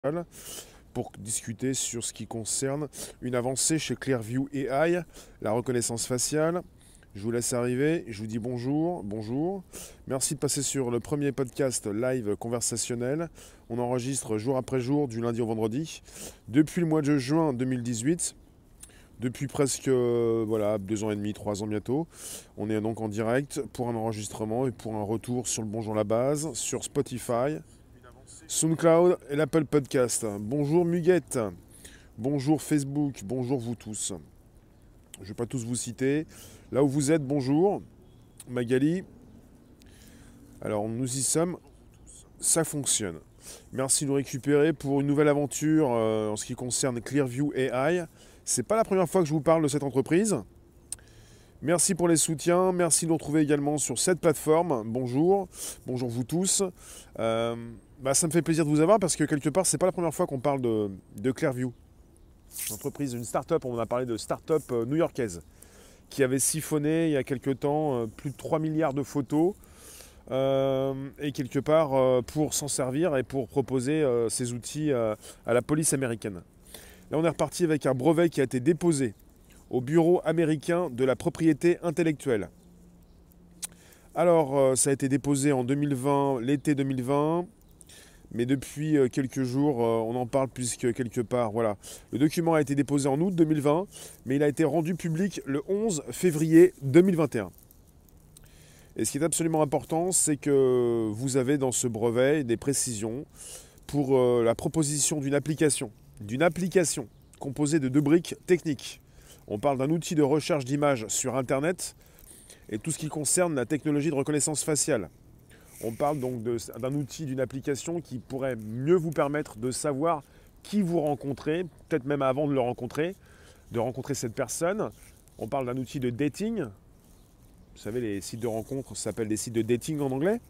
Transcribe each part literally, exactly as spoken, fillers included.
pour discuter sur ce qui concerne une avancée chez Clearview A I, la reconnaissance faciale. Je vous laisse arriver, je vous dis bonjour, bonjour. Merci de passer sur le premier podcast live conversationnel. On enregistre jour après jour, du lundi au vendredi, depuis le mois de juin deux mille dix-huit. Depuis presque euh, voilà, deux ans et demi, trois ans bientôt. On est donc en direct pour un enregistrement et pour un retour sur le Bonjour la Base, sur Spotify, SoundCloud et l'Apple Podcast. Bonjour Muguette, bonjour Facebook, bonjour vous tous. Je ne vais pas tous vous citer. Là où vous êtes, bonjour. Magali. Alors nous y sommes, ça fonctionne. Merci de nous récupérer pour une nouvelle aventure euh, en ce qui concerne Clearview A I. C'est pas la première fois que je vous parle de cette entreprise. Merci pour les soutiens. Merci de nous retrouver également sur cette plateforme. Bonjour. Bonjour vous tous. Euh, bah, ça me fait plaisir de vous avoir parce que quelque part, c'est pas la première fois qu'on parle de, de Clearview. Une entreprise, une start-up. On a parlé de start-up euh, new-yorkaise qui avait siphonné il y a quelque temps euh, plus de trois milliards de photos. Euh, et quelque part euh, pour s'en servir et pour proposer euh, ces outils euh, à la police américaine. Là, on est reparti avec un brevet qui a été déposé au Bureau américain de la propriété intellectuelle. Alors, euh, ça a été déposé en deux mille vingt, l'été deux mille vingt, mais depuis euh, quelques jours, euh, on en parle puisque quelque part, voilà. Le document a été déposé en août deux mille vingt, mais il a été rendu public le onze février deux mille vingt et un. Et ce qui est absolument important, c'est que vous avez dans ce brevet des précisions pour euh, la proposition d'une application. D'une application composée de deux briques techniques. On parle d'un outil de recherche d'images sur Internet et tout ce qui concerne la technologie de reconnaissance faciale. On parle donc d'un outil, d'une application qui pourrait mieux vous permettre de savoir qui vous rencontrez, peut-être même avant de le rencontrer, de rencontrer cette personne. On parle d'un outil de dating. Vous savez, les sites de rencontres s'appellent des sites de dating en anglais.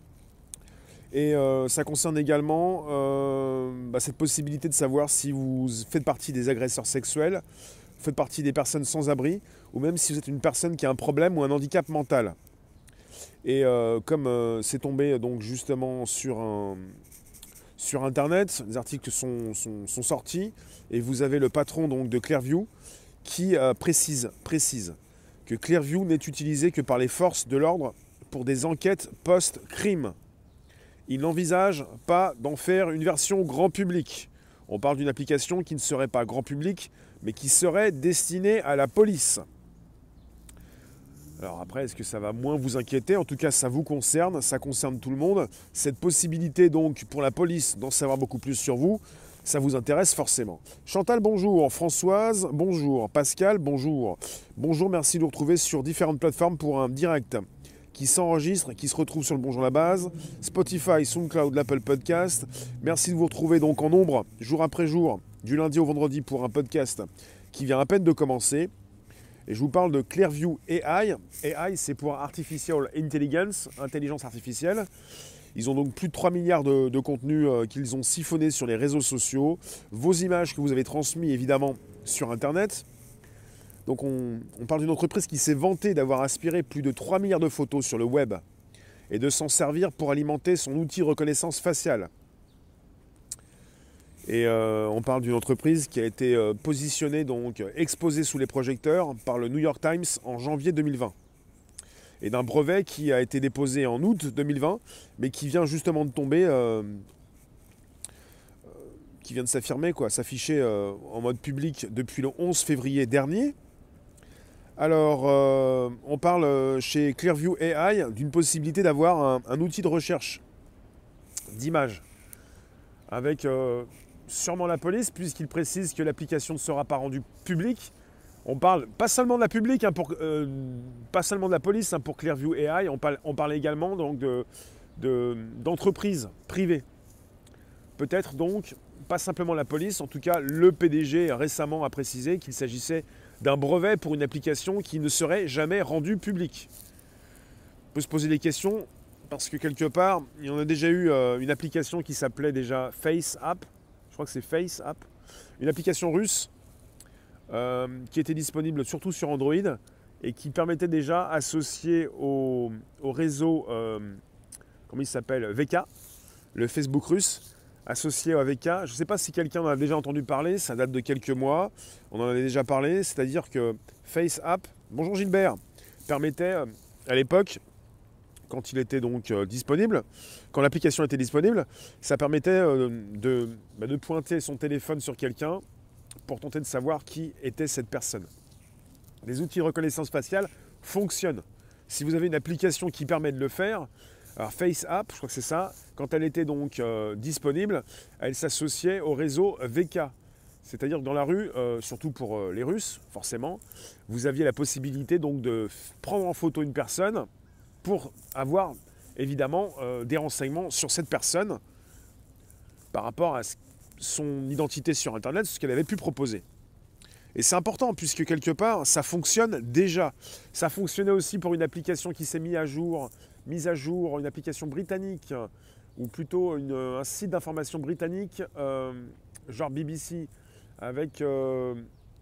Et euh, ça concerne également euh, bah, cette possibilité de savoir si vous faites partie des agresseurs sexuels, vous faites partie des personnes sans abri, ou même si vous êtes une personne qui a un problème ou un handicap mental. Et euh, comme euh, c'est tombé donc justement sur, un, sur Internet, des articles sont, sont, sont sortis, et vous avez le patron donc, de Clearview qui euh, précise, précise que Clearview n'est utilisé que par les forces de l'ordre pour des enquêtes post-crime. Il n'envisage pas d'en faire une version grand public. On parle d'une application qui ne serait pas grand public, mais qui serait destinée à la police. Alors après, est-ce que ça va moins vous inquiéter? En tout cas, ça vous concerne, ça concerne tout le monde. Cette possibilité donc pour la police d'en savoir beaucoup plus sur vous, ça vous intéresse forcément. Chantal, bonjour. Françoise, bonjour. Pascal, bonjour. Bonjour, merci de nous retrouver sur différentes plateformes pour un direct qui s'enregistre, qui se retrouve sur le Bonjour la Base, Spotify, SoundCloud, l'Apple Podcast. Merci de vous retrouver donc en nombre, jour après jour, du lundi au vendredi pour un podcast qui vient à peine de commencer. Et je vous parle de Clearview A I. A I, c'est pour Artificial Intelligence, intelligence artificielle. Ils ont donc plus de trois milliards de, de contenus euh, qu'ils ont siphonnés sur les réseaux sociaux. Vos images que vous avez transmises évidemment sur Internet. Donc on, on parle d'une entreprise qui s'est vantée d'avoir aspiré plus de trois milliards de photos sur le web et de s'en servir pour alimenter son outil reconnaissance faciale. Et euh, on parle d'une entreprise qui a été euh, positionnée, donc exposée sous les projecteurs par le New York Times en janvier deux mille vingt. Et d'un brevet qui a été déposé en août deux mille vingt, mais qui vient justement de tomber, euh, euh, qui vient de s'affirmer, quoi, s'afficher euh, en mode public depuis le onze février dernier. Alors, euh, on parle euh, chez Clearview A I d'une possibilité d'avoir un, un outil de recherche d'images avec euh, sûrement la police, puisqu'il précise que l'application ne sera pas rendue publique. On parle pas seulement de la publique, hein, pour, euh, pas seulement de la police hein, pour Clearview A I, on parle, on parle également donc, de, de, d'entreprises privées. Peut-être donc pas simplement la police, en tout cas le P D G récemment a précisé qu'il s'agissait d'un brevet pour une application qui ne serait jamais rendue publique. On peut se poser des questions parce que quelque part, il y en a déjà eu euh, une application qui s'appelait déjà Face App, je crois que c'est Face App, une application russe euh, qui était disponible surtout sur Android et qui permettait déjà, associé au, au réseau, euh, comment il s'appelle, V K, le Facebook russe, associé au A V K. Je ne sais pas si quelqu'un en a déjà entendu parler, ça date de quelques mois, on en avait déjà parlé, c'est-à-dire que FaceApp, bonjour Gilbert, permettait euh, à l'époque, quand il était donc euh, disponible, quand l'application était disponible, ça permettait euh, de, bah, de pointer son téléphone sur quelqu'un pour tenter de savoir qui était cette personne. Les outils de reconnaissance faciale fonctionnent. Si vous avez une application qui permet de le faire, alors FaceApp, je crois que c'est ça, quand elle était donc euh, disponible, elle s'associait au réseau V K. C'est-à-dire que dans la rue, euh, surtout pour euh, les Russes, forcément, vous aviez la possibilité donc de prendre en photo une personne pour avoir évidemment euh, des renseignements sur cette personne par rapport à son identité sur Internet, ce qu'elle avait pu proposer. Et c'est important puisque quelque part, ça fonctionne déjà. Ça fonctionnait aussi pour une application qui s'est mise à jour, mise à jour, une application britannique, ou plutôt une, un site d'information britannique, euh, genre B B C, avec euh,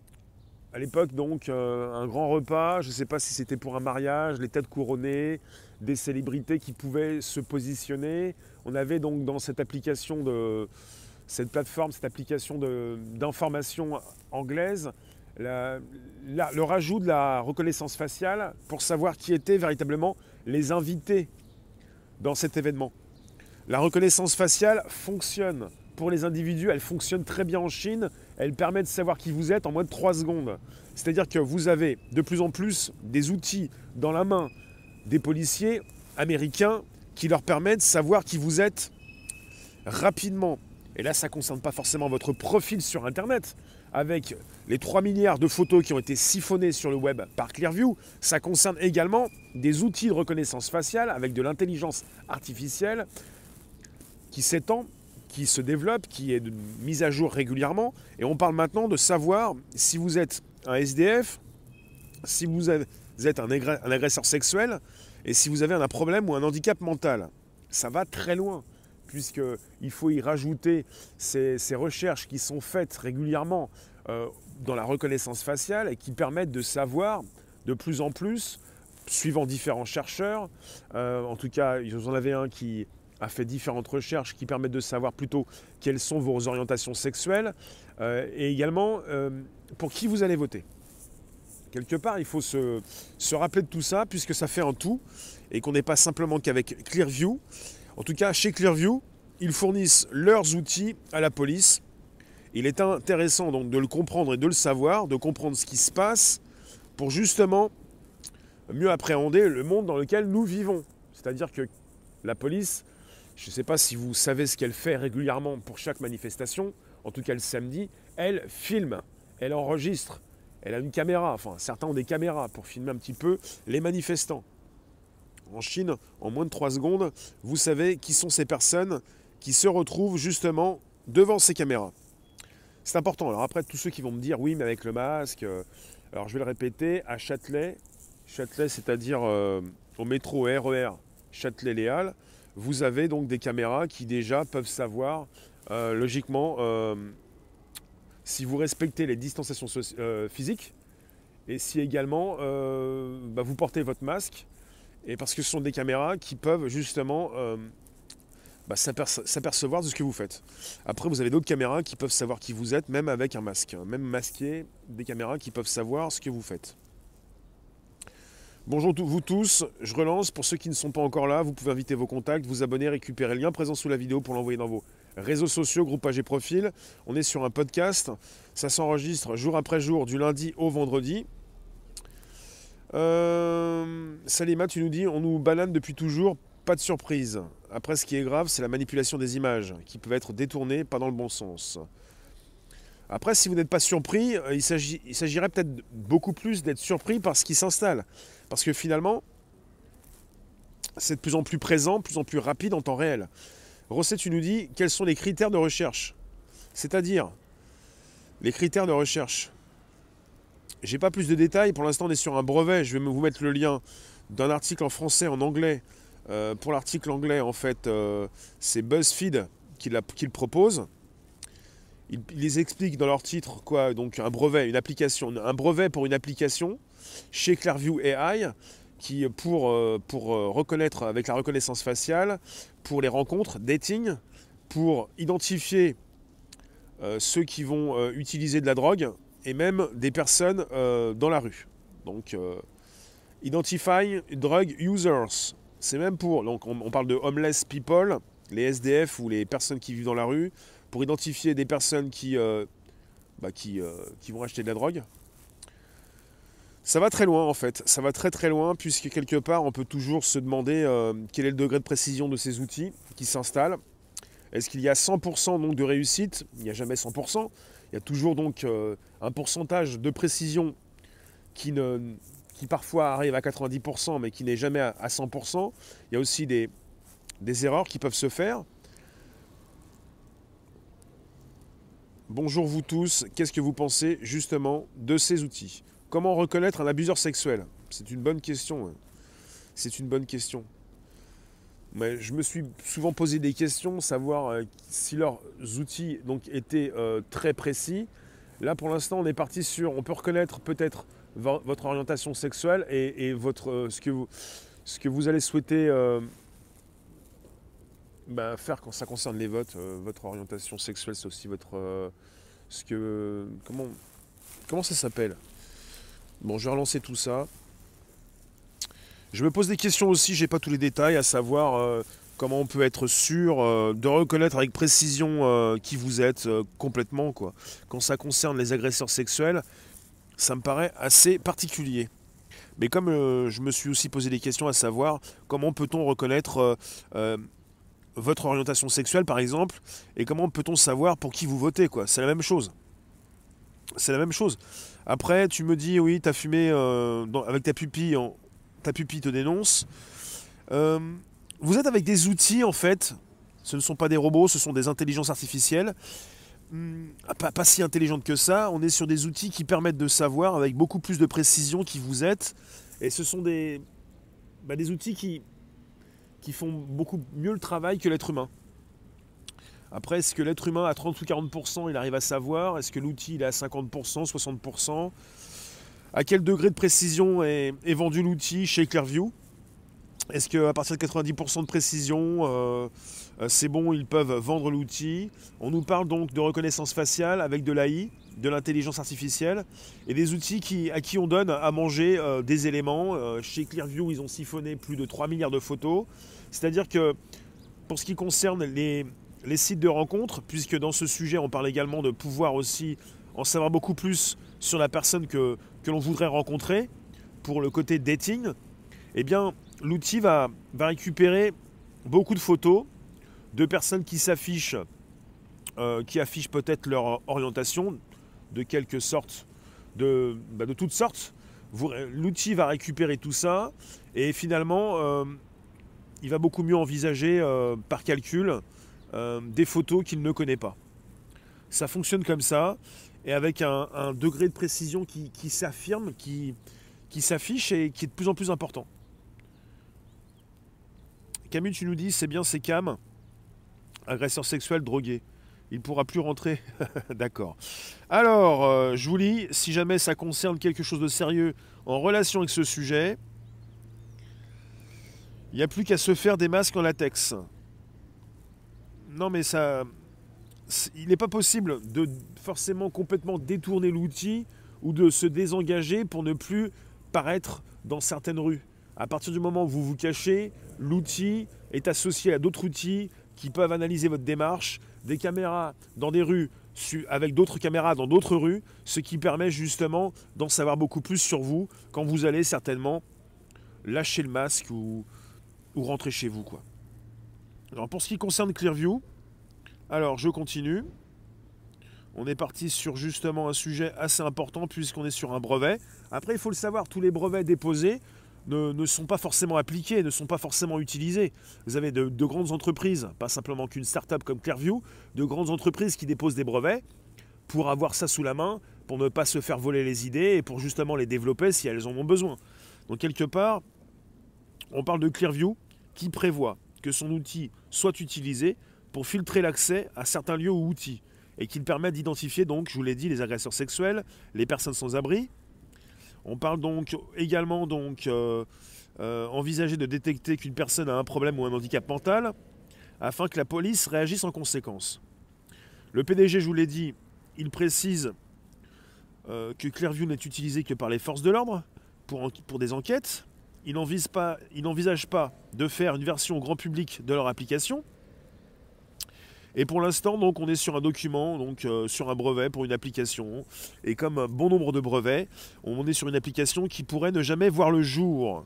à l'époque donc euh, un grand repas, je ne sais pas si c'était pour un mariage, les têtes couronnées, des célébrités qui pouvaient se positionner. On avait donc dans cette application de cette plateforme, cette application d'information anglaise, la, la, le rajout de la reconnaissance faciale pour savoir qui étaient véritablement les invités dans cet événement. La reconnaissance faciale fonctionne pour les individus, elle fonctionne très bien en Chine, elle permet de savoir qui vous êtes en moins de trois secondes. C'est-à-dire que vous avez de plus en plus des outils dans la main des policiers américains qui leur permettent de savoir qui vous êtes rapidement. Et là, ça ne concerne pas forcément votre profil sur Internet, avec les trois milliards de photos qui ont été siphonnées sur le web par Clearview. Ça concerne également des outils de reconnaissance faciale avec de l'intelligence artificielle qui s'étend, qui se développe, qui est mise à jour régulièrement. Et on parle maintenant de savoir si vous êtes un S D F, si vous êtes un agresseur sexuel et si vous avez un problème ou un handicap mental. Ça va très loin, puisqu'il faut y rajouter ces, ces recherches qui sont faites régulièrement euh, dans la reconnaissance faciale et qui permettent de savoir de plus en plus, suivant différents chercheurs, euh, en tout cas, vous en avez un qui a fait différentes recherches qui permettent de savoir plutôt quelles sont vos orientations sexuelles euh, et également euh, pour qui vous allez voter. Quelque part, il faut se, se rappeler de tout ça puisque ça fait un tout et qu'on n'est pas simplement qu'avec Clearview. En tout cas, chez Clearview, ils fournissent leurs outils à la police. Il est intéressant donc de le comprendre et de le savoir, de comprendre ce qui se passe pour justement mieux appréhender le monde dans lequel nous vivons. C'est-à-dire que la police, je ne sais pas si vous savez ce qu'elle fait régulièrement pour chaque manifestation, en tout cas le samedi, elle filme, elle enregistre, elle a une caméra, enfin certains ont des caméras pour filmer un petit peu les manifestants. En Chine, en moins de trois secondes, vous savez qui sont ces personnes qui se retrouvent justement devant ces caméras. C'est important. Alors après, tous ceux qui vont me dire, oui, mais avec le masque, euh, alors je vais le répéter, à Châtelet, Châtelet, c'est-à-dire euh, au métro R E R Châtelet-Léal, vous avez donc des caméras qui déjà peuvent savoir, euh, logiquement, euh, si vous respectez les distanciations euh, physiques et si également euh, bah, vous portez votre masque. Et parce que ce sont des caméras qui peuvent justement euh, bah, s'aperce- s'apercevoir de ce que vous faites. Après, vous avez d'autres caméras qui peuvent savoir qui vous êtes, même avec un masque. Même masqué, des caméras qui peuvent savoir ce que vous faites. Bonjour vous tous, je relance. Pour ceux qui ne sont pas encore là, vous pouvez inviter vos contacts, vous abonner, récupérer le lien présent sous la vidéo pour l'envoyer dans vos réseaux sociaux, groupages et profils. On est sur un podcast, ça s'enregistre jour après jour, du lundi au vendredi. Euh, Salima, tu nous dis, on nous banane depuis toujours, pas de surprise. Après, ce qui est grave, c'est la manipulation des images, qui peuvent être détournées, pas dans le bon sens. Après, si vous n'êtes pas surpris, il s'agit, il s'agirait peut-être beaucoup plus d'être surpris par ce qui s'installe. Parce que finalement, c'est de plus en plus présent, de plus en plus rapide en temps réel. Rosset, tu nous dis, quels sont les critères de recherche? C'est-à-dire, les critères de recherche. J'ai pas plus de détails, pour l'instant on est sur un brevet, je vais vous mettre le lien d'un article en français, en anglais. Euh, pour l'article anglais, en fait, euh, c'est BuzzFeed qui, la, qui le propose. Ils, ils les expliquent dans leur titre, quoi, donc un brevet, une application, un brevet pour une application chez Clearview A I, qui pour, euh, pour reconnaître avec la reconnaissance faciale, pour les rencontres, dating, pour identifier euh, ceux qui vont euh, utiliser de la drogue et même des personnes euh, dans la rue. Donc, euh, Identify Drug Users. C'est même pour, donc on, on parle de homeless people, les S D F ou les personnes qui vivent dans la rue, pour identifier des personnes qui, euh, bah, qui, euh, qui vont acheter de la drogue. Ça va très loin en fait, ça va très très loin puisque quelque part on peut toujours se demander euh, quel est le degré de précision de ces outils qui s'installent. Est-ce qu'il y a cent pour cent donc de réussite? Il n'y a jamais cent pour cent. Il y a toujours donc euh, un pourcentage de précision qui, ne, qui parfois arrive à quatre-vingt-dix pour cent mais qui n'est jamais à cent pour cent. Il y a aussi des, des erreurs qui peuvent se faire. Bonjour vous tous, qu'est-ce que vous pensez justement de ces outils? Comment reconnaître un abuseur sexuel? C'est une bonne question. C'est une bonne question. Mais je me suis souvent posé des questions, savoir si leurs outils donc, étaient euh, très précis. Là, pour l'instant, on est parti sur... On peut reconnaître peut-être votre orientation sexuelle et, et votre, euh, ce, que vous, ce que vous allez souhaiter euh, bah, faire quand ça concerne les votes. Euh, votre orientation sexuelle, c'est aussi votre... Euh, ce que, comment, comment ça s'appelle? Bon, je vais relancer tout ça. Je me pose des questions aussi, j'ai pas tous les détails, à savoir euh, comment on peut être sûr euh, de reconnaître avec précision euh, qui vous êtes euh, complètement, quoi. Quand ça concerne les agresseurs sexuels, ça me paraît assez particulier. Mais comme euh, je me suis aussi posé des questions à savoir comment peut-on reconnaître euh, euh, votre orientation sexuelle, par exemple, et comment peut-on savoir pour qui vous votez, quoi. C'est la même chose. C'est la même chose. Après, tu me dis, oui, t'as fumé euh, dans, avec ta pupille, en, ta pupille te dénonce. Euh, vous êtes avec des outils, en fait. Ce ne sont pas des robots, ce sont des intelligences artificielles. Hum, pas, pas si intelligentes que ça. On est sur des outils qui permettent de savoir, avec beaucoup plus de précision, qui vous êtes. Et ce sont des, bah, des outils qui, qui font beaucoup mieux le travail que l'être humain. Après, est-ce que l'être humain à trente ou quarante pour cent, il arrive à savoir? Est-ce que l'outil il est à cinquante pour cent, soixante pour cent? À quel degré de précision est, est vendu l'outil chez Clearview? Est-ce qu'à partir de quatre-vingt-dix pour cent de précision, euh, c'est bon, ils peuvent vendre l'outil? On nous parle donc de reconnaissance faciale avec de l'A I, de l'intelligence artificielle, et des outils qui, à qui on donne à manger euh, des éléments. Euh, chez Clearview, ils ont siphonné plus de trois milliards de photos. C'est-à-dire que pour ce qui concerne les... les sites de rencontres, puisque dans ce sujet, on parle également de pouvoir aussi en savoir beaucoup plus sur la personne que, que l'on voudrait rencontrer, pour le côté dating, eh bien, l'outil va, va récupérer beaucoup de photos de personnes qui s'affichent, euh, qui affichent peut-être leur orientation, de quelque sorte, de, bah de toutes sortes. L'outil va récupérer tout ça, et finalement, euh, il va beaucoup mieux envisager, euh, par calcul, Euh, des photos qu'il ne connaît pas. Ça fonctionne comme ça, et avec un, un degré de précision qui, qui s'affirme, qui, qui s'affiche et qui est de plus en plus important. Camus, tu nous dis, c'est bien, c'est Cam, agresseur sexuel drogué. Il ne pourra plus rentrer. D'accord. Alors, euh, je vous lis, si jamais ça concerne quelque chose de sérieux en relation avec ce sujet, il n'y a plus qu'à se faire des masques en latex. Non, mais ça, il n'est pas possible de forcément complètement détourner l'outil ou de se désengager pour ne plus paraître dans certaines rues. À partir du moment où vous vous cachez, l'outil est associé à d'autres outils qui peuvent analyser votre démarche, des caméras dans des rues avec d'autres caméras dans d'autres rues, ce qui permet justement d'en savoir beaucoup plus sur vous quand vous allez certainement lâcher le masque ou, ou rentrer chez vous, quoi. Alors pour ce qui concerne Clearview, alors je continue. On est parti sur justement un sujet assez important puisqu'on est sur un brevet. Après, il faut le savoir, tous les brevets déposés ne, ne sont pas forcément appliqués, ne sont pas forcément utilisés. Vous avez de, de grandes entreprises, pas simplement qu'une start-up comme Clearview, de grandes entreprises qui déposent des brevets pour avoir ça sous la main, pour ne pas se faire voler les idées et pour justement les développer si elles en ont besoin. Donc quelque part, on parle de Clearview qui prévoit que son outil soit utilisé pour filtrer l'accès à certains lieux ou outils et qu'il permet d'identifier, donc, je vous l'ai dit, les agresseurs sexuels, les personnes sans abri. On parle donc également donc, euh, euh, envisager de détecter qu'une personne a un problème ou un handicap mental, afin que la police réagisse en conséquence. Le P D G, je vous l'ai dit, il précise euh, que Clearview n'est utilisé que par les forces de l'ordre pour, pour des enquêtes. Il n'envisage pas de faire une version au grand public de leur application. Et pour l'instant, donc, on est sur un document, donc euh, sur un brevet pour une application. Et comme un bon nombre de brevets, on est sur une application qui pourrait ne jamais voir le jour.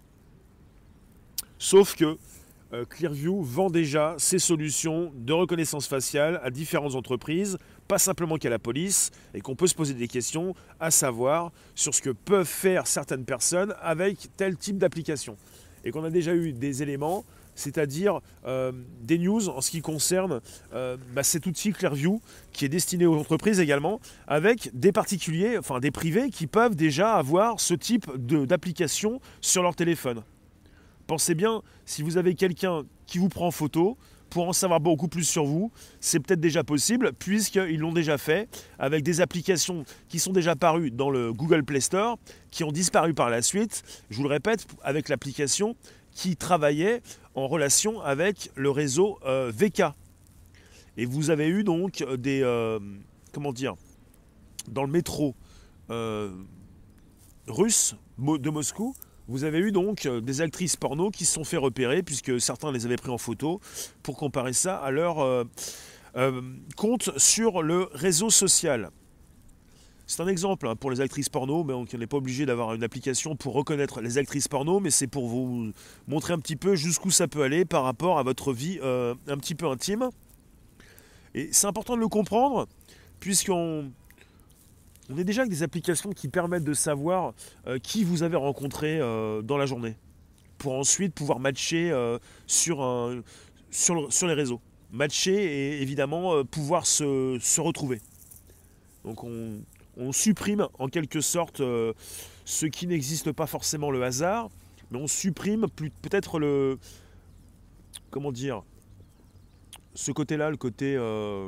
Sauf que euh, Clearview vend déjà ses solutions de reconnaissance faciale à différentes entreprises, pas simplement qu'à la police, et qu'on peut se poser des questions, à savoir sur ce que peuvent faire certaines personnes avec tel type d'application. Et qu'on a déjà eu des éléments, c'est-à-dire euh, des news en ce qui concerne euh, bah, cet outil Clearview qui est destiné aux entreprises également, avec des particuliers, enfin des privés qui peuvent déjà avoir ce type de, d'application sur leur téléphone. Pensez bien, si vous avez quelqu'un qui vous prend en photo, pour en savoir beaucoup plus sur vous, c'est peut-être déjà possible, puisqu'ils l'ont déjà fait, avec des applications qui sont déjà parues dans le Google Play Store, qui ont disparu par la suite, je vous le répète, avec l'application qui travaillait en relation avec le réseau euh, V K. Et vous avez eu donc des... Euh, comment dire, dans le métro euh, russe de Moscou, vous avez eu donc des actrices porno qui se sont fait repérer, puisque certains les avaient pris en photo, pour comparer ça à leur euh, euh, compte sur le réseau social. C'est un exemple hein, pour les actrices porno, mais on n'est pas obligé d'avoir une application pour reconnaître les actrices porno, mais c'est pour vous montrer un petit peu jusqu'où ça peut aller par rapport à votre vie euh, un petit peu intime. Et c'est important de le comprendre, puisqu'on on est déjà avec des applications qui permettent de savoir euh, qui vous avez rencontré euh, dans la journée, pour ensuite pouvoir matcher euh, sur, un, sur, le, sur les réseaux. Matcher et évidemment euh, pouvoir se, se retrouver. Donc on, on supprime en quelque sorte euh, ce qui n'existe pas forcément, le hasard, mais on supprime plus, peut-être le... Comment dire, ce côté-là, le côté... Euh,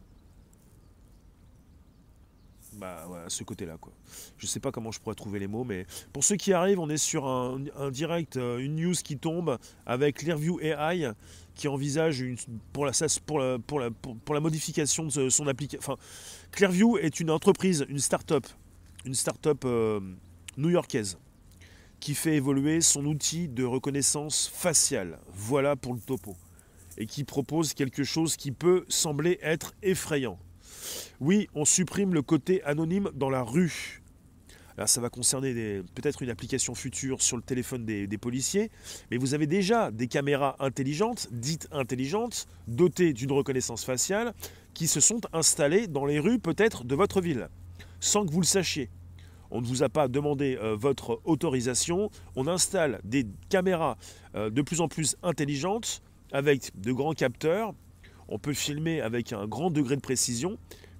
Bah voilà, ce côté-là quoi. Je sais pas comment je pourrais trouver les mots, mais pour ceux qui arrivent, on est sur un, un direct, une news qui tombe avec Clearview A I qui envisage une, pour, la, pour, la, pour, la, pour, pour la modification de son application. Enfin, Clearview est une entreprise, une start-up, une start-up euh, new-yorkaise qui fait évoluer son outil de reconnaissance faciale. Voilà pour le topo. Et qui propose quelque chose qui peut sembler être effrayant. Oui, on supprime le côté anonyme dans la rue. Alors ça va concerner peut-être une application future sur le téléphone des, des policiers, mais vous avez déjà des caméras intelligentes, dites intelligentes, dotées d'une reconnaissance faciale, qui se sont installées dans les rues peut-être de votre ville, sans que vous le sachiez. On ne vous a pas demandé euh, votre autorisation, on installe des caméras euh, de plus en plus intelligentes, avec de grands capteurs. On peut filmer avec un grand degré de précision.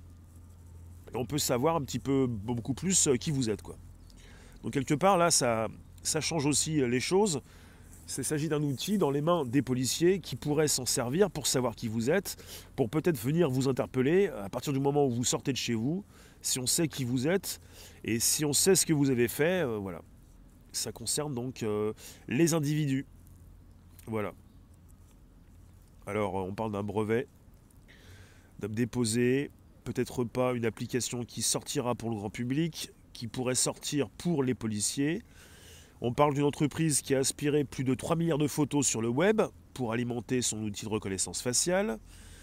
Et on peut savoir un petit peu, beaucoup plus qui vous êtes, quoi. Donc quelque part, là, ça, ça change aussi les choses. Il s'agit d'un outil dans les mains des policiers qui pourraient s'en servir pour savoir qui vous êtes, pour peut-être venir vous interpeller à partir du moment où vous sortez de chez vous, si on sait qui vous êtes et si on sait ce que vous avez fait. Euh, voilà. Ça concerne donc euh, les individus. Voilà. Alors, on parle d'un brevet, d'un déposé, peut-être pas une application qui sortira pour le grand public, qui pourrait sortir pour les policiers. On parle d'une entreprise qui a aspiré plus de trois milliards de photos sur le web pour alimenter son outil de reconnaissance faciale.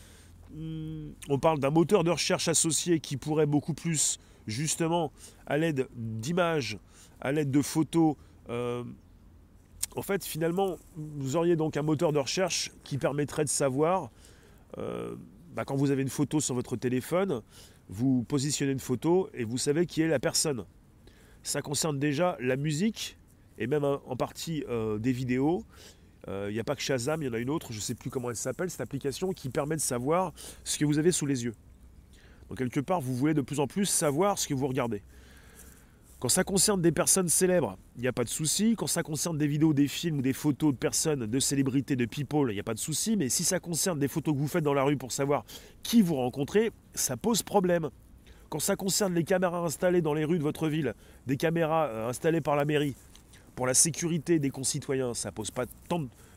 On parle d'un moteur de recherche associé qui pourrait beaucoup plus, justement, à l'aide d'images, à l'aide de photos, euh, en fait, finalement, vous auriez donc un moteur de recherche qui permettrait de savoir, euh, bah, quand vous avez une photo sur votre téléphone, vous positionnez une photo et vous savez qui est la personne. Ça concerne déjà la musique et même en partie euh, des vidéos. Il euh, n'y a pas que Shazam, il y en a une autre, je ne sais plus comment elle s'appelle, cette application qui permet de savoir ce que vous avez sous les yeux. Donc quelque part, vous voulez de plus en plus savoir ce que vous regardez. Quand ça concerne des personnes célèbres, il n'y a pas de souci. Quand ça concerne des vidéos, des films ou des photos de personnes, de célébrités, de people, il n'y a pas de souci. Mais si ça concerne des photos que vous faites dans la rue pour savoir qui vous rencontrez, ça pose problème. Quand ça concerne les caméras installées dans les rues de votre ville, des caméras installées par la mairie, pour la sécurité des concitoyens, ça ne pose pas tant de,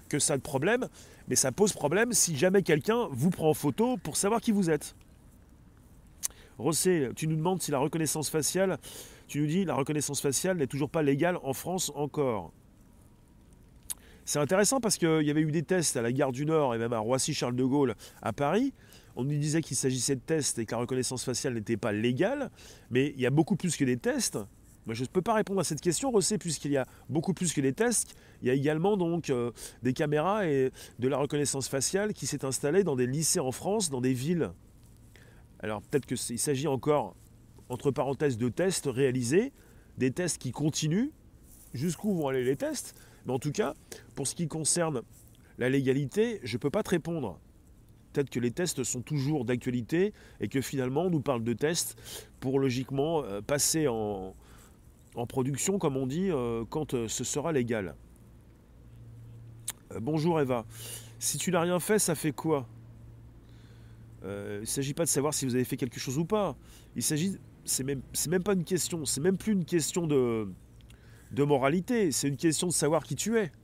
que ça de problème, mais ça pose problème si jamais quelqu'un vous prend en photo pour savoir qui vous êtes. Rossé, tu nous demandes si la reconnaissance faciale, tu nous dis la reconnaissance faciale n'est toujours pas légale en France encore. C'est intéressant parce qu'il y avait eu des tests à la gare du Nord et même à Roissy-Charles de Gaulle à Paris. On nous disait qu'il s'agissait de tests et que la reconnaissance faciale n'était pas légale, mais il y a beaucoup plus que des tests. Moi, je ne peux pas répondre à cette question, Rossé, puisqu'il y a beaucoup plus que des tests. Il y a également donc euh, des caméras et de la reconnaissance faciale qui s'est installée dans des lycées en France, dans des villes. Alors peut-être qu'il s'agit encore, entre parenthèses, de tests réalisés, des tests qui continuent. Jusqu'où vont aller les tests? Mais en tout cas, pour ce qui concerne la légalité, je ne peux pas te répondre. Peut-être que les tests sont toujours d'actualité et que finalement on nous parle de tests pour logiquement euh, passer en, en production, comme on dit, euh, quand euh, ce sera légal. Euh, bonjour Eva. Si tu n'as rien fait, ça fait quoi? euh, Il ne s'agit pas de savoir si vous avez fait quelque chose ou pas. Il s'agit, c'est même, c'est même pas une question, c'est même plus une question de, de moralité, c'est une question de savoir qui tu es.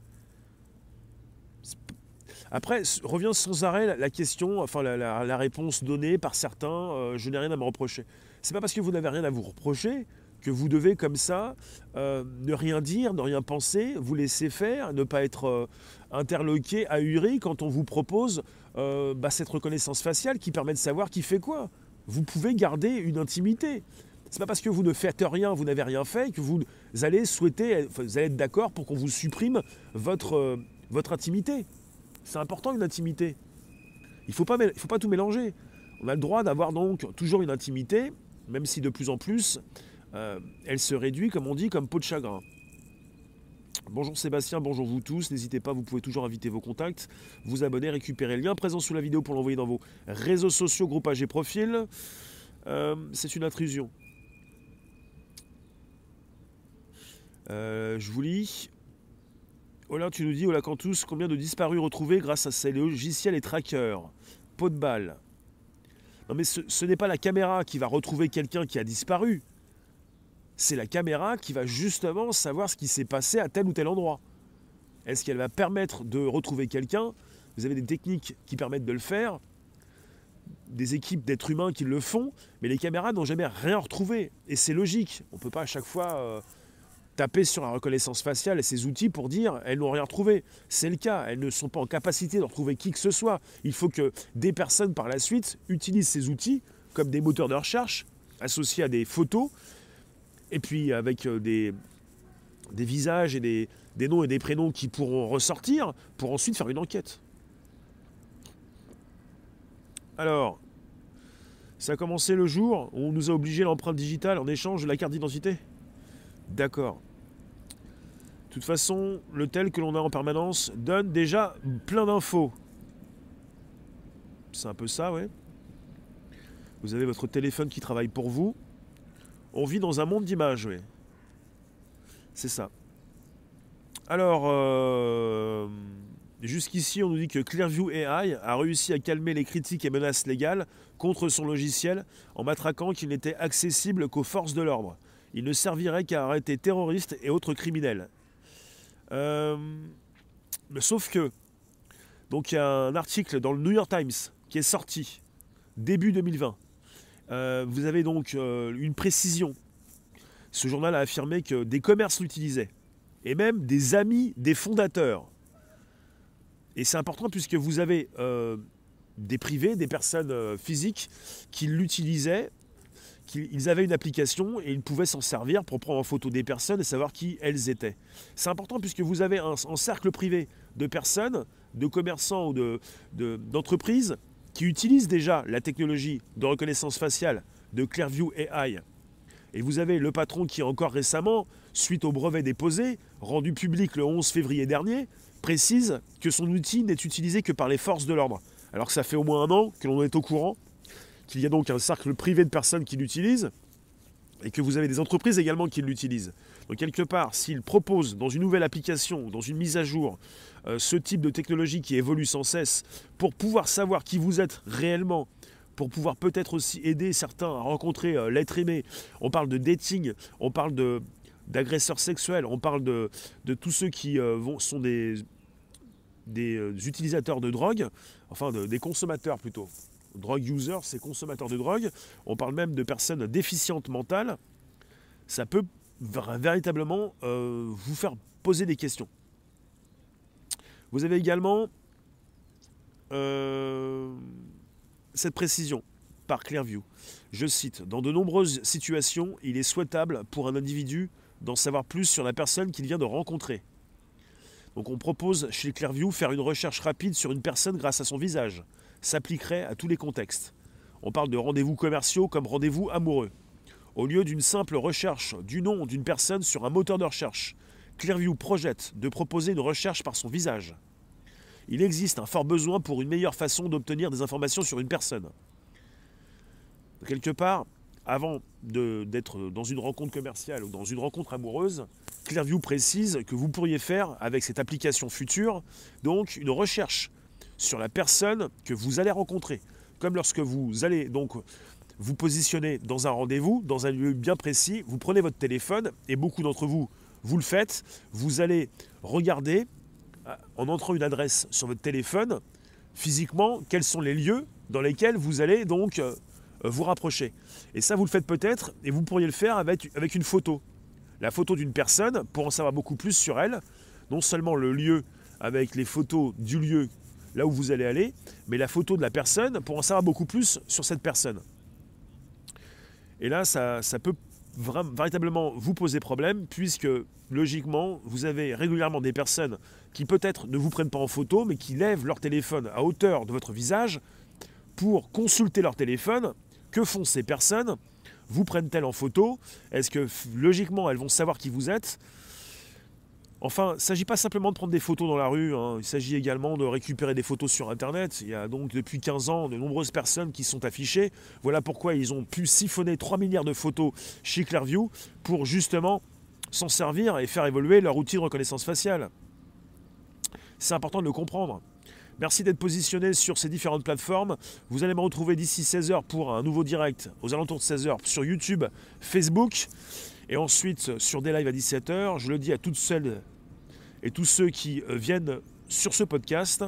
Après, revient sans arrêt la, la question, enfin la, la, la réponse donnée par certains, euh, je n'ai rien à me reprocher. C'est pas parce que vous n'avez rien à vous reprocher que vous devez comme ça euh, ne rien dire, ne rien penser, vous laisser faire, ne pas être euh, interloqué, ahuri quand on vous propose euh, bah, cette reconnaissance faciale qui permet de savoir qui fait quoi. Vous pouvez garder une intimité. C'est pas parce que vous ne faites rien, vous n'avez rien fait, que vous allez souhaiter, vous allez être d'accord pour qu'on vous supprime votre, euh, votre intimité. C'est important une intimité. Il ne faut pas, faut pas tout mélanger. On a le droit d'avoir donc toujours une intimité, même si de plus en plus, euh, elle se réduit, comme on dit, comme peau de chagrin. Bonjour Sébastien, bonjour vous tous. N'hésitez pas, vous pouvez toujours inviter vos contacts, vous abonner, récupérer le lien présent sous la vidéo pour l'envoyer dans vos réseaux sociaux, groupages et profils. Euh, c'est une intrusion. Euh, je vous lis. Hola, tu nous dis, Hola Cantus, combien de disparus retrouvés grâce à ces logiciels et trackers? Pot de balle. Non mais ce, ce n'est pas la caméra qui va retrouver quelqu'un qui a disparu. C'est la caméra qui va justement savoir ce qui s'est passé à tel ou tel endroit. Est-ce qu'elle va permettre de retrouver quelqu'un? Vous avez des techniques qui permettent de le faire, des équipes d'êtres humains qui le font, mais les caméras n'ont jamais rien retrouvé. Et c'est logique. On ne peut pas à chaque fois... Euh, taper sur la reconnaissance faciale et ses outils pour dire elles n'ont rien retrouvé. C'est le cas, elles ne sont pas en capacité de retrouver qui que ce soit. Il faut que des personnes par la suite utilisent ces outils comme des moteurs de recherche associés à des photos et puis avec des, des visages et des, des noms et des prénoms qui pourront ressortir pour ensuite faire une enquête. Alors, ça a commencé le jour où on nous a obligé l'empreinte digitale en échange de la carte d'identité. D'accord. De toute façon, le tel que l'on a en permanence donne déjà plein d'infos. C'est un peu ça, ouais. Vous avez votre téléphone qui travaille pour vous. On vit dans un monde d'images, oui. C'est ça. Alors, euh, jusqu'ici, on nous dit que Clearview A I a réussi à calmer les critiques et menaces légales contre son logiciel en matraquant qu'il n'était accessible qu'aux forces de l'ordre. Il ne servirait qu'à arrêter terroristes et autres criminels. Euh, mais sauf que, donc il y a un article dans le New York Times qui est sorti début deux mille vingt. Euh, vous avez donc euh, une précision. Ce journal a affirmé que des commerces l'utilisaient, et même des amis des fondateurs. Et c'est important puisque vous avez euh, des privés, des personnes euh, physiques qui l'utilisaient. Ils avaient une application et ils pouvaient s'en servir pour prendre en photo des personnes et savoir qui elles étaient. C'est important puisque vous avez un, un cercle privé de personnes, de commerçants ou de, de, d'entreprises qui utilisent déjà la technologie de reconnaissance faciale de Clearview A I. Et vous avez le patron qui, encore récemment, suite au brevet déposé, rendu public le onze février dernier, précise que son outil n'est utilisé que par les forces de l'ordre. Alors que ça fait au moins un an que l'on est au courant qu'il y a donc un cercle privé de personnes qui l'utilisent et que vous avez des entreprises également qui l'utilisent. Donc quelque part, s'ils proposent dans une nouvelle application, dans une mise à jour, euh, ce type de technologie qui évolue sans cesse, pour pouvoir savoir qui vous êtes réellement, pour pouvoir peut-être aussi aider certains à rencontrer euh, l'être aimé, on parle de dating, on parle de, d'agresseurs sexuels, on parle de, de tous ceux qui euh, vont, sont des... des euh, utilisateurs de drogue, enfin de, des consommateurs plutôt. Drug user, c'est consommateur de drogue. On parle même de personnes déficientes mentales. Ça peut véritablement euh, vous faire poser des questions. Vous avez également euh, cette précision par Clearview. Je cite, « Dans de nombreuses situations, il est souhaitable pour un individu d'en savoir plus sur la personne qu'il vient de rencontrer. » Donc on propose chez Clearview faire une recherche rapide sur une personne grâce à son visage. S'appliquerait à tous les contextes. On parle de rendez-vous commerciaux comme rendez-vous amoureux. Au lieu d'une simple recherche du nom d'une personne sur un moteur de recherche, Clearview projette de proposer une recherche par son visage. Il existe un fort besoin pour une meilleure façon d'obtenir des informations sur une personne. Quelque part, avant de, d'être dans une rencontre commerciale ou dans une rencontre amoureuse, Clearview précise que vous pourriez faire, avec cette application future, donc une recherche sur la personne que vous allez rencontrer. Comme lorsque vous allez donc vous positionner dans un rendez-vous, dans un lieu bien précis, vous prenez votre téléphone, et beaucoup d'entre vous, vous le faites, vous allez regarder, en entrant une adresse sur votre téléphone, physiquement, quels sont les lieux dans lesquels vous allez donc euh, vous rapprocher. Et ça, vous le faites peut-être, et vous pourriez le faire avec, avec une photo. La photo d'une personne, pour en savoir beaucoup plus sur elle, non seulement le lieu avec les photos du lieu là où vous allez aller, mais la photo de la personne pour en savoir beaucoup plus sur cette personne. Et là, ça, ça peut vraiment, véritablement vous poser problème, puisque logiquement, vous avez régulièrement des personnes qui peut-être ne vous prennent pas en photo, mais qui lèvent leur téléphone à hauteur de votre visage pour consulter leur téléphone. Que font ces personnes? Vous prennent-elles en photo? Est-ce que logiquement, elles vont savoir qui vous êtes? Enfin, il ne s'agit pas simplement de prendre des photos dans la rue, hein. Il s'agit également de récupérer des photos sur Internet. Il y a donc depuis quinze ans de nombreuses personnes qui sont affichées. Voilà pourquoi ils ont pu siphonner trois milliards de photos chez Clearview pour justement s'en servir et faire évoluer leur outil de reconnaissance faciale. C'est important de le comprendre. Merci d'être positionné sur ces différentes plateformes. Vous allez me retrouver d'ici seize heures pour un nouveau direct aux alentours de seize heures sur YouTube, Facebook et ensuite sur des lives à dix-sept heures. Je le dis à toutes celles et tous ceux qui viennent sur ce podcast.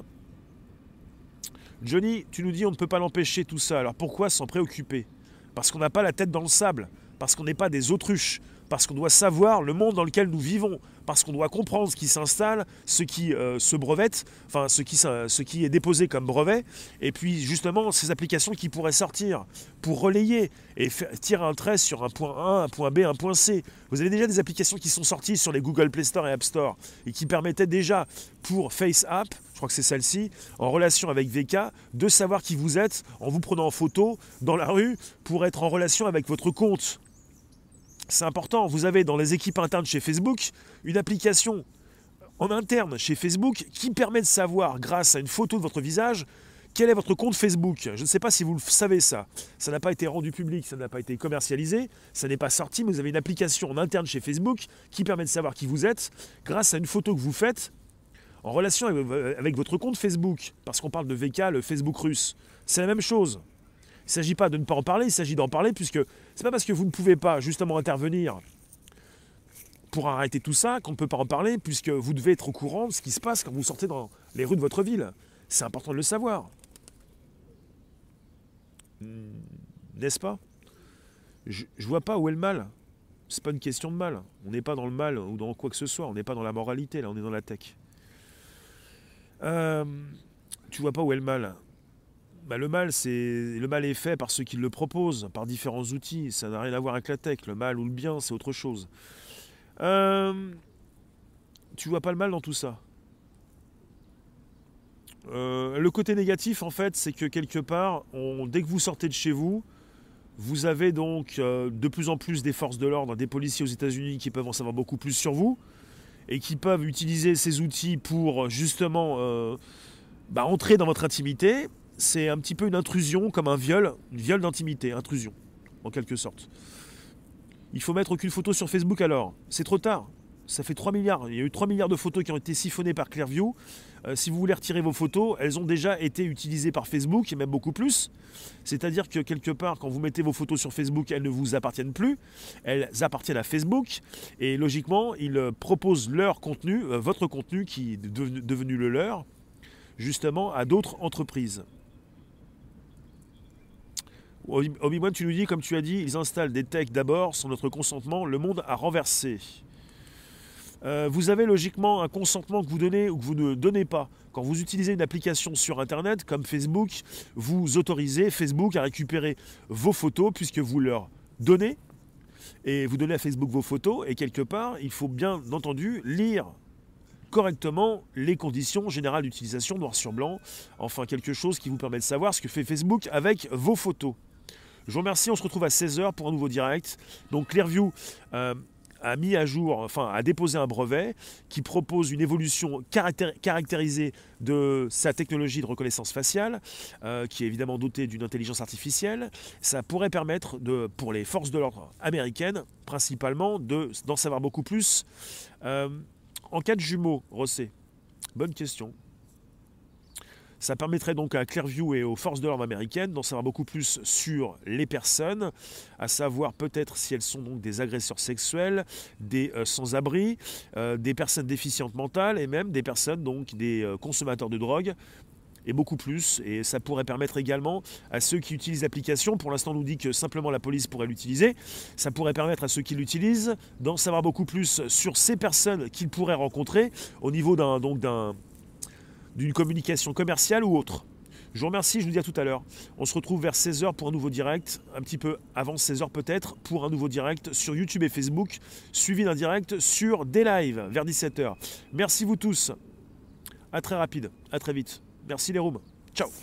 Johnny, tu nous dis on ne peut pas l'empêcher tout ça. Alors pourquoi s'en préoccuper? Parce qu'on n'a pas la tête dans le sable, parce qu'on n'est pas des autruches, parce qu'on doit savoir le monde dans lequel nous vivons, parce qu'on doit comprendre ce qui s'installe, ce qui euh, se brevette, enfin ce qui, ce qui est déposé comme brevet, et puis justement ces applications qui pourraient sortir pour relayer et faire, tirer un trait sur un point A, un point B, un point C. Vous avez déjà des applications qui sont sorties sur les Google Play Store et App Store et qui permettaient déjà pour FaceApp, je crois que c'est celle-ci, en relation avec V K, de savoir qui vous êtes en vous prenant en photo dans la rue pour être en relation avec votre compte. C'est important, vous avez dans les équipes internes chez Facebook une application en interne chez Facebook qui permet de savoir, grâce à une photo de votre visage, quel est votre compte Facebook. Je ne sais pas si vous le savez ça. Ça n'a pas été rendu public, ça n'a pas été commercialisé, ça n'est pas sorti, mais vous avez une application en interne chez Facebook qui permet de savoir qui vous êtes grâce à une photo que vous faites en relation avec votre compte Facebook. Parce qu'on parle de V K, le Facebook russe. C'est la même chose. Il ne s'agit pas de ne pas en parler, il s'agit d'en parler puisque c'est pas parce que vous ne pouvez pas justement intervenir pour arrêter tout ça qu'on ne peut pas en parler, puisque vous devez être au courant de ce qui se passe quand vous sortez dans les rues de votre ville. C'est important de le savoir. N'est-ce pas? Je ne vois pas où est le mal. C'est pas une question de mal. On n'est pas dans le mal ou dans quoi que ce soit. On n'est pas dans la moralité, là, on est dans la tech. Euh, tu vois pas où est le mal? Bah, le mal, c'est le mal est fait par ceux qui le proposent, par différents outils. Ça n'a rien à voir avec la tech. Le mal ou le bien, c'est autre chose. Euh, tu vois pas le mal dans tout ça? euh, Le côté négatif, en fait, c'est que quelque part, on, dès que vous sortez de chez vous, vous avez donc euh, de plus en plus des forces de l'ordre, des policiers aux États-Unis qui peuvent en savoir beaucoup plus sur vous et qui peuvent utiliser ces outils pour justement euh, bah, entrer dans votre intimité. C'est un petit peu une intrusion, comme un viol, une viol d'intimité, intrusion, en quelque sorte. Il faut mettre aucune photo sur Facebook alors. C'est trop tard. Ça fait trois milliards. Il y a eu trois milliards de photos qui ont été siphonnées par Clearview. Euh, si vous voulez retirer vos photos, elles ont déjà été utilisées par Facebook, et même beaucoup plus. C'est-à-dire que quelque part, quand vous mettez vos photos sur Facebook, elles ne vous appartiennent plus. Elles appartiennent à Facebook. Et logiquement, ils proposent leur contenu, euh, votre contenu qui est devenu, devenu le leur, justement à d'autres entreprises. Obi-Wan, tu nous dis, comme tu as dit, ils installent des techs d'abord, sans notre consentement, le monde a renversé. Euh, vous avez logiquement un consentement que vous donnez ou que vous ne donnez pas. Quand vous utilisez une application sur Internet, comme Facebook, vous autorisez Facebook à récupérer vos photos puisque vous leur donnez, et vous donnez à Facebook vos photos, et quelque part, il faut bien entendu lire correctement les conditions générales d'utilisation noir sur blanc, enfin quelque chose qui vous permet de savoir ce que fait Facebook avec vos photos. Je vous remercie, on se retrouve à seize heures pour un nouveau direct. Donc Clearview euh, a mis à jour, enfin a déposé un brevet qui propose une évolution caractér- caractérisée de sa technologie de reconnaissance faciale, euh, qui est évidemment dotée d'une intelligence artificielle. Ça pourrait permettre, de, pour les forces de l'ordre américaines, principalement, de, d'en savoir beaucoup plus. Euh, en cas de jumeaux, Rossé, bonne question. Ça permettrait donc à Clearview et aux forces de l'ordre américaines d'en savoir beaucoup plus sur les personnes, à savoir peut-être si elles sont donc des agresseurs sexuels, des euh, sans-abri, euh, des personnes déficientes mentales et même des personnes, donc des euh, consommateurs de drogue, et beaucoup plus. Et ça pourrait permettre également à ceux qui utilisent l'application, pour l'instant on nous dit que simplement la police pourrait l'utiliser, ça pourrait permettre à ceux qui l'utilisent d'en savoir beaucoup plus sur ces personnes qu'ils pourraient rencontrer au niveau d'un, donc d'un d'une communication commerciale ou autre. Je vous remercie, je vous dis à tout à l'heure. On se retrouve vers seize heures pour un nouveau direct, un petit peu avant seize heures peut-être, pour un nouveau direct sur YouTube et Facebook, suivi d'un direct sur des lives vers dix-sept heures. Merci vous tous. À très rapide, à très vite. Merci les rooms. Ciao.